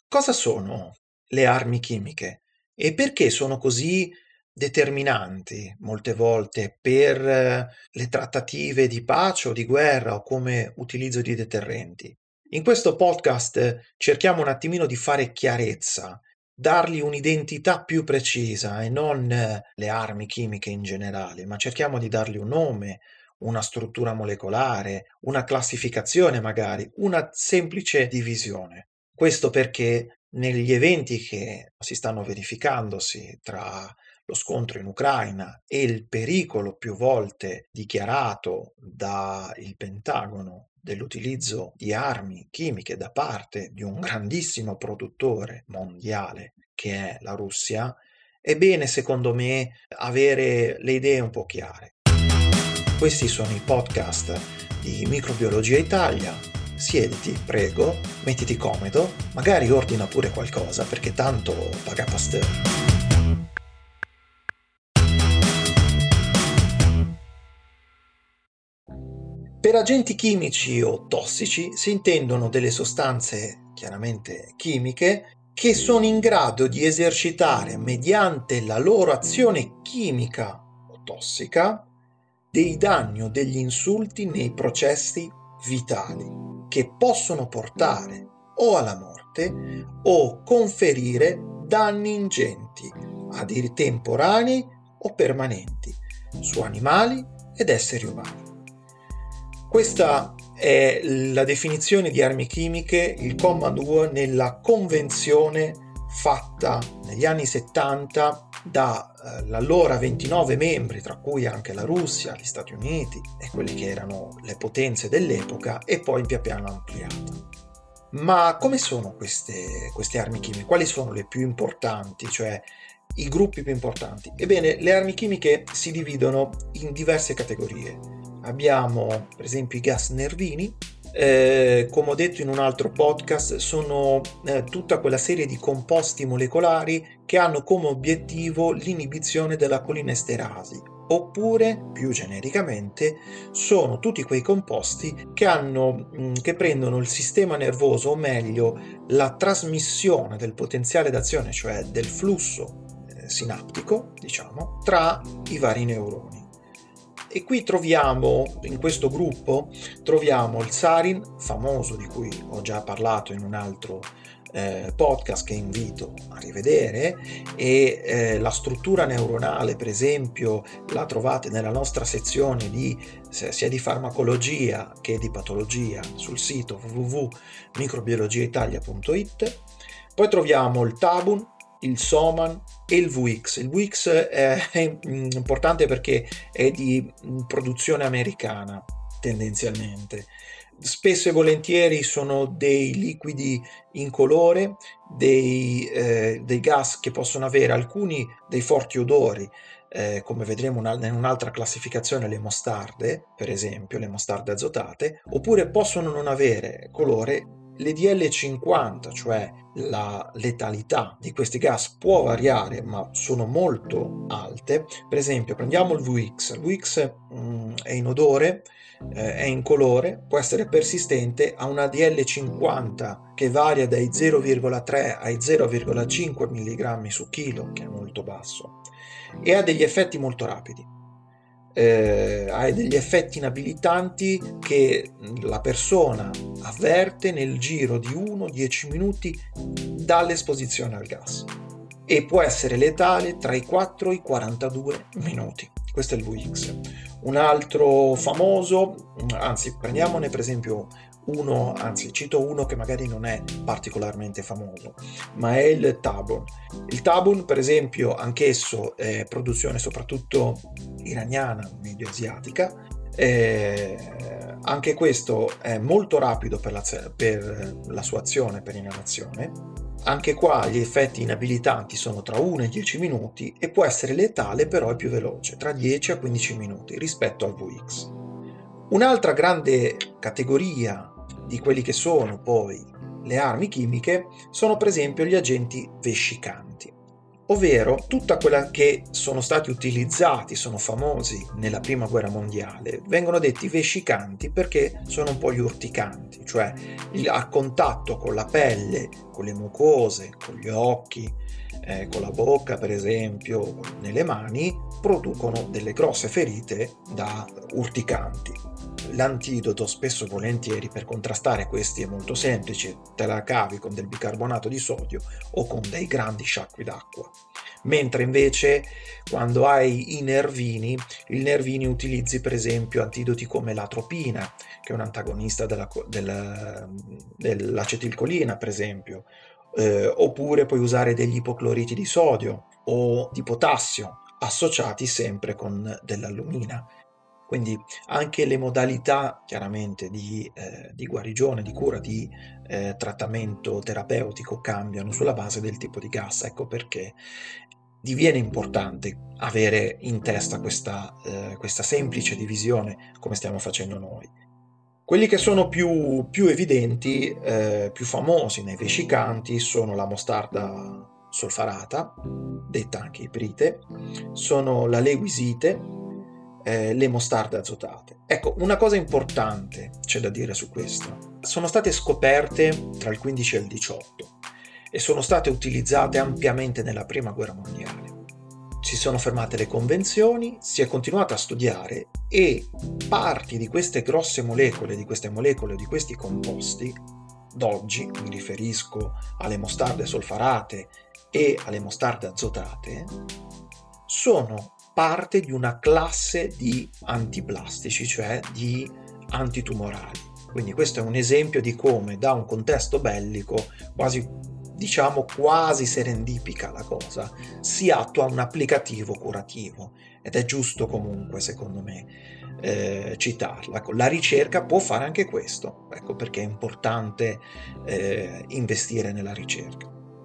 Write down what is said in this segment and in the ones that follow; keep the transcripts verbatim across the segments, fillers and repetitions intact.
Cosa sono le armi chimiche e perché sono così determinanti molte volte per eh, le trattative di pace o di guerra o come utilizzo di deterrenti? In questo podcast eh, cerchiamo un attimino di fare chiarezza, dargli un'identità più precisa e non eh, le armi chimiche in generale, ma cerchiamo di dargli un nome, una struttura molecolare, una classificazione magari, una semplice divisione. Questo perché negli eventi che si stanno verificandosi tra lo scontro in Ucraina e il pericolo più volte dichiarato dal Pentagono dell'utilizzo di armi chimiche da parte di un grandissimo produttore mondiale che è la Russia, è bene secondo me avere le idee un po' chiare. Questi sono i podcast di Microbiologia Italia. Siediti, prego, mettiti comodo, magari ordina pure qualcosa perché tanto paga Pasteur. Per agenti chimici o tossici si intendono delle sostanze chiaramente chimiche che sono in grado di esercitare mediante la loro azione chimica o tossica dei danni o degli insulti nei processi vitali che possono portare o alla morte o conferire danni ingenti, a dir temporanei o permanenti, su animali ed esseri umani. Questa è la definizione di armi chimiche, il comma due nella convenzione fatta negli anni settanta dall'allora ventinove membri, tra cui anche la Russia, gli Stati Uniti e quelle che erano le potenze dell'epoca, e poi pian piano ampliata. Ma come sono queste, queste armi chimiche? Quali sono le più importanti, cioè i gruppi più importanti? Ebbene, le armi chimiche si dividono in diverse categorie. Abbiamo per esempio i gas nervini, eh, come ho detto in un altro podcast, sono eh, tutta quella serie di composti molecolari che hanno come obiettivo l'inibizione della colinesterasi, oppure più genericamente sono tutti quei composti che, hanno, mh, che prendono il sistema nervoso, o meglio la trasmissione del potenziale d'azione, cioè del flusso eh, sinaptico, diciamo, tra i vari neuroni. E qui troviamo, in questo gruppo, troviamo il sarin, famoso, di cui ho già parlato in un altro eh, podcast che invito a rivedere, e eh, la struttura neuronale, per esempio, la trovate nella nostra sezione di, sia di farmacologia che di patologia sul sito w w w punto microbiologiaitalia punto i t. Poi troviamo il tabun, il Soman e il V X. Il V X è importante perché è di produzione americana tendenzialmente. Spesso e volentieri sono dei liquidi incolore, dei, eh, dei gas che possono avere alcuni dei forti odori, eh, come vedremo in un'altra classificazione, le mostarde, per esempio, le mostarde azotate, oppure possono non avere colore. Le D L cinquanta, cioè la letalità di questi gas, può variare, ma sono molto alte. Per esempio, prendiamo il V X. Il V X mh, è inodore, eh, è incolore, può essere persistente, ha una D L cinquanta che varia dai zero virgola tre ai zero virgola cinque milligrammi su chilo, che è molto basso, e ha degli effetti molto rapidi. Eh, hai degli effetti inabilitanti che la persona avverte nel giro di uno a dieci minuti dall'esposizione al gas, e può essere letale tra i quattro e i quarantadue minuti. Questo è il V X. Un altro famoso, anzi prendiamone per esempio uno, anzi cito uno che magari non è particolarmente famoso, ma è il Tabun. Il Tabun, per esempio, anch'esso è produzione soprattutto iraniana, medio-asiatica. Eh, anche questo è molto rapido per la, per la sua azione, per inalazione. Anche qua gli effetti inabilitanti sono tra uno e dieci minuti e può essere letale, però è più veloce, tra dieci a quindici minuti rispetto al V X. Un'altra grande categoria di quelli che sono poi le armi chimiche sono per esempio gli agenti vescicanti. ovvero tutta quella che sono stati utilizzati, sono famosi nella prima guerra mondiale, vengono detti vescicanti perché sono un po' gli urticanti, cioè a contatto con la pelle, con le mucose, con gli occhi, eh, con la bocca per esempio, nelle mani, producono delle grosse ferite da urticanti. L'antidoto spesso e volentieri per contrastare questi è molto semplice, te la cavi con del bicarbonato di sodio o con dei grandi sciacqui d'acqua. Mentre invece quando hai i nervini, i nervini utilizzi per esempio antidoti come l'atropina, che è un antagonista della, della, dell'acetilcolina per esempio, eh, oppure puoi usare degli ipocloriti di sodio o di potassio associati sempre con dell'allumina. Quindi anche le modalità chiaramente di, eh, di guarigione, di cura, di eh, trattamento terapeutico cambiano sulla base del tipo di gas. Ecco perché diviene importante avere in testa questa, eh, questa semplice divisione come stiamo facendo noi. Quelli che sono più, più evidenti, eh, più famosi nei vescicanti sono la mostarda solfarata, detta anche iprite, sono la lewisite, Eh, le mostarde azotate. Ecco, una cosa importante c'è da dire su questo. Sono state scoperte tra il quindici e il diciotto e sono state utilizzate ampiamente nella prima guerra mondiale. Si sono fermate le convenzioni, si è continuato a studiare e parti di queste grosse molecole, di queste molecole, di questi composti, d'oggi, mi riferisco alle mostarde solfarate e alle mostarde azotate, sono parte di una classe di antiplastici, cioè di antitumorali. Quindi questo è un esempio di come da un contesto bellico, quasi diciamo quasi serendipica la cosa, si attua un applicativo curativo ed è giusto comunque secondo me eh, citarla. La ricerca può fare anche questo, ecco perché è importante eh, investire nella ricerca.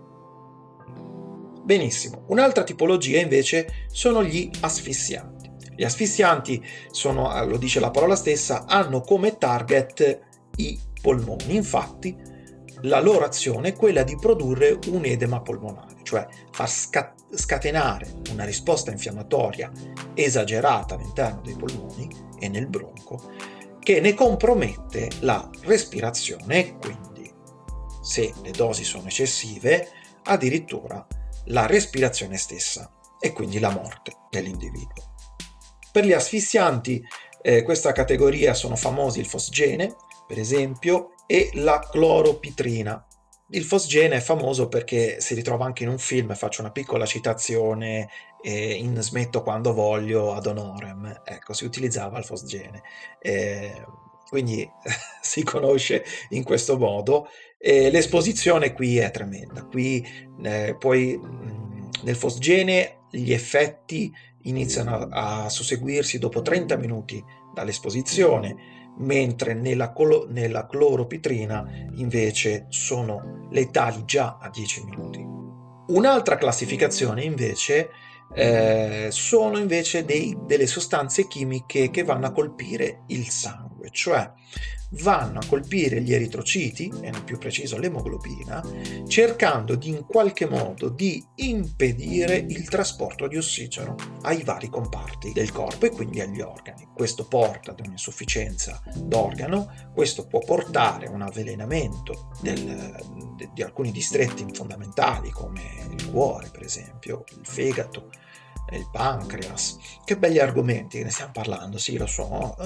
Benissimo, un'altra tipologia invece sono gli asfissianti. Gli asfissianti sono, lo dice la parola stessa, hanno come target i polmoni. Infatti la loro azione è quella di produrre un edema polmonare, cioè far scatenare una risposta infiammatoria esagerata all'interno dei polmoni e nel bronco, che ne compromette la respirazione e quindi, se le dosi sono eccessive, addirittura la respirazione stessa e quindi la morte dell'individuo. Per gli asfissianti eh, questa categoria sono famosi il fosgene, per esempio, e la cloropitrina. Il fosgene è famoso perché si ritrova anche in un film, faccio una piccola citazione eh, in Smetto quando voglio ad honorem, ecco, si utilizzava il fosgene. Eh, quindi si conosce in questo modo. E l'esposizione qui è tremenda, qui eh, poi mh, nel fosgene gli effetti iniziano a, a susseguirsi dopo trenta minuti dall'esposizione, mentre nella, colo- nella cloropitrina invece sono letali già a dieci minuti. Un'altra classificazione invece eh, sono invece dei, delle sostanze chimiche che vanno a colpire il sangue, cioè vanno a colpire gli eritrociti, e nel più preciso l'emoglobina, cercando di in qualche modo di impedire il trasporto di ossigeno ai vari comparti del corpo e quindi agli organi. Questo porta ad un'insufficienza d'organo, questo può portare a un avvelenamento del, de, di alcuni distretti fondamentali come il cuore, per esempio, il fegato, il pancreas. Che belli argomenti, ne stiamo parlando, sì, lo so.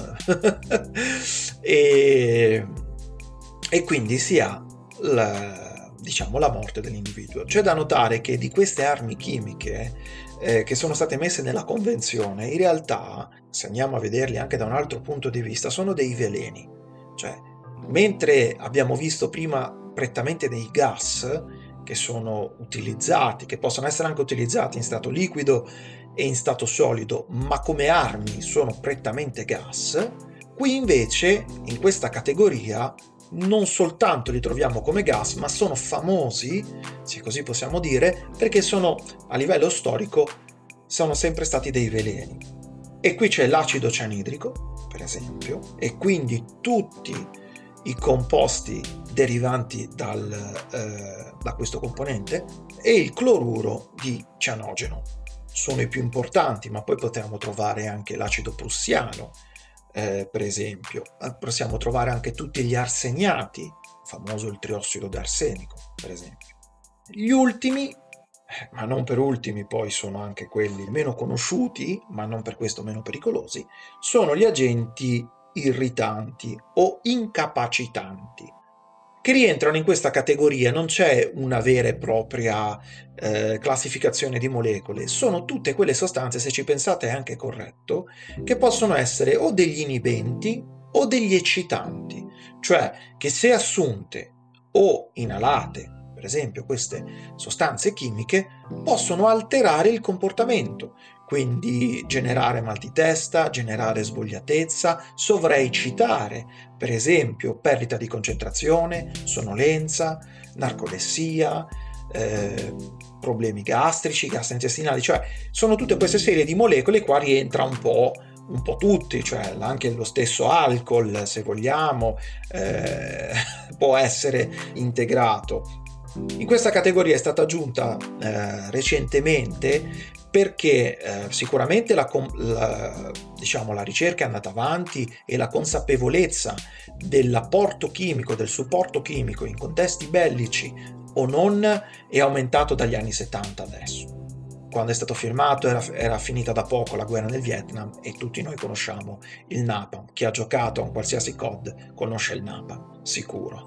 e, e quindi si ha la, diciamo, la morte dell'individuo. C'è da notare che di queste armi chimiche eh, che sono state messe nella convenzione, in realtà, se andiamo a vederli anche da un altro punto di vista, sono dei veleni. Cioè, mentre abbiamo visto prima prettamente dei gas che sono utilizzati, che possono essere anche utilizzati in stato liquido e in stato solido, ma come armi sono prettamente gas, qui invece in questa categoria non soltanto li troviamo come gas, ma sono famosi, se così possiamo dire, perché sono a livello storico sono sempre stati dei veleni. E qui c'è l'acido cianidrico, per esempio, e quindi tutti i composti derivanti dal, eh, da questo componente e il cloruro di cianogeno. Sono i più importanti, ma poi potremmo trovare anche l'acido prussiano, eh, per esempio. Possiamo trovare anche tutti gli arseniati, famoso il triossido d'arsenico, per esempio. Gli ultimi, ma non per ultimi, poi sono anche quelli meno conosciuti, ma non per questo meno pericolosi, sono gli agenti irritanti o incapacitanti, che rientrano in questa categoria. Non c'è una vera e propria eh, classificazione di molecole, sono tutte quelle sostanze, se ci pensate è anche corretto, che possono essere o degli inibenti o degli eccitanti, cioè che se assunte o inalate, per esempio queste sostanze chimiche, possono alterare il comportamento, quindi generare mal di testa, generare svogliatezza, sovraeccitare, per esempio perdita di concentrazione, sonnolenza, narcolessia, eh, problemi gastrici, gastrointestinali, cioè sono tutte queste serie di molecole. Qua rientra un po' un po' tutti, cioè anche lo stesso alcol, se vogliamo, eh, può essere integrato. In questa categoria è stata aggiunta eh, recentemente perché eh, sicuramente la, la, diciamo, la ricerca è andata avanti e la consapevolezza dell'apporto chimico, del supporto chimico in contesti bellici o non è aumentato dagli anni settanta adesso. Quando è stato firmato era, era finita da poco la guerra nel Vietnam e tutti noi conosciamo il napalm. Chi ha giocato a un qualsiasi C O D conosce il napalm, sicuro.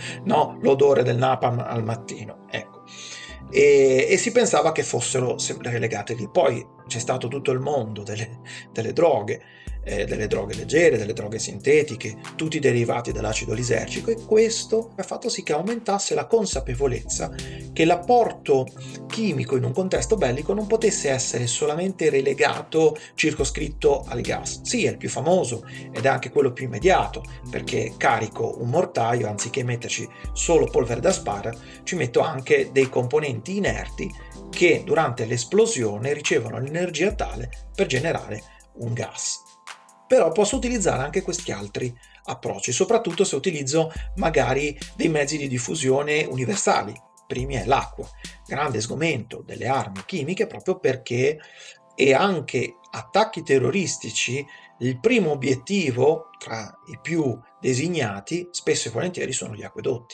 No, l'odore del napalm al mattino, ecco. E, e si pensava che fossero sempre relegate lì. Poi c'è stato tutto il mondo delle, delle droghe, eh, delle droghe leggere, delle droghe sintetiche, tutti derivati dall'acido lisergico, e questo ha fatto sì che aumentasse la consapevolezza che l'apporto chimico in un contesto bellico non potesse essere solamente relegato, circoscritto al gas. Sì, è il più famoso ed è anche quello più immediato, perché carico un mortaio, anziché metterci solo polvere da spara, ci metto anche dei componenti inerti che durante l'esplosione ricevono l'energia tale per generare un gas. Però posso utilizzare anche questi altri approcci, soprattutto se utilizzo magari dei mezzi di diffusione universali. Primi è l'acqua, grande sgomento delle armi chimiche, proprio perché e anche attacchi terroristici, il primo obiettivo tra i più designati spesso e volentieri sono gli acquedotti.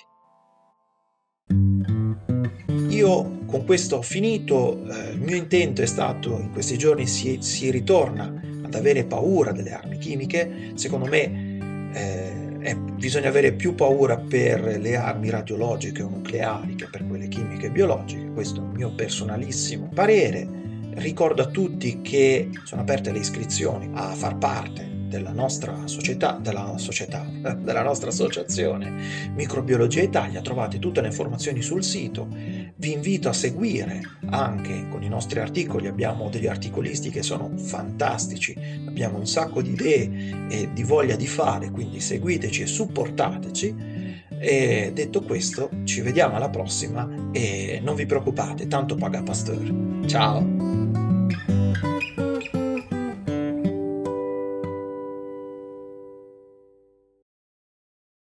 Io con questo ho finito, eh, il mio intento è stato, in questi giorni si, si ritorna ad avere paura delle armi chimiche. Secondo me eh, è, bisogna avere più paura per le armi radiologiche o nucleari che per quelle chimiche e biologiche. Questo è il mio personalissimo parere. Ricordo a tutti che sono aperte le iscrizioni a far parte della nostra società, della società, della nostra associazione Microbiologia Italia. Trovate tutte le informazioni sul sito. Vi invito a seguire anche con i nostri articoli, abbiamo degli articolisti che sono fantastici, abbiamo un sacco di idee e di voglia di fare, quindi seguiteci e supportateci. E detto questo, ci vediamo alla prossima e non vi preoccupate, tanto paga Pasteur. Ciao!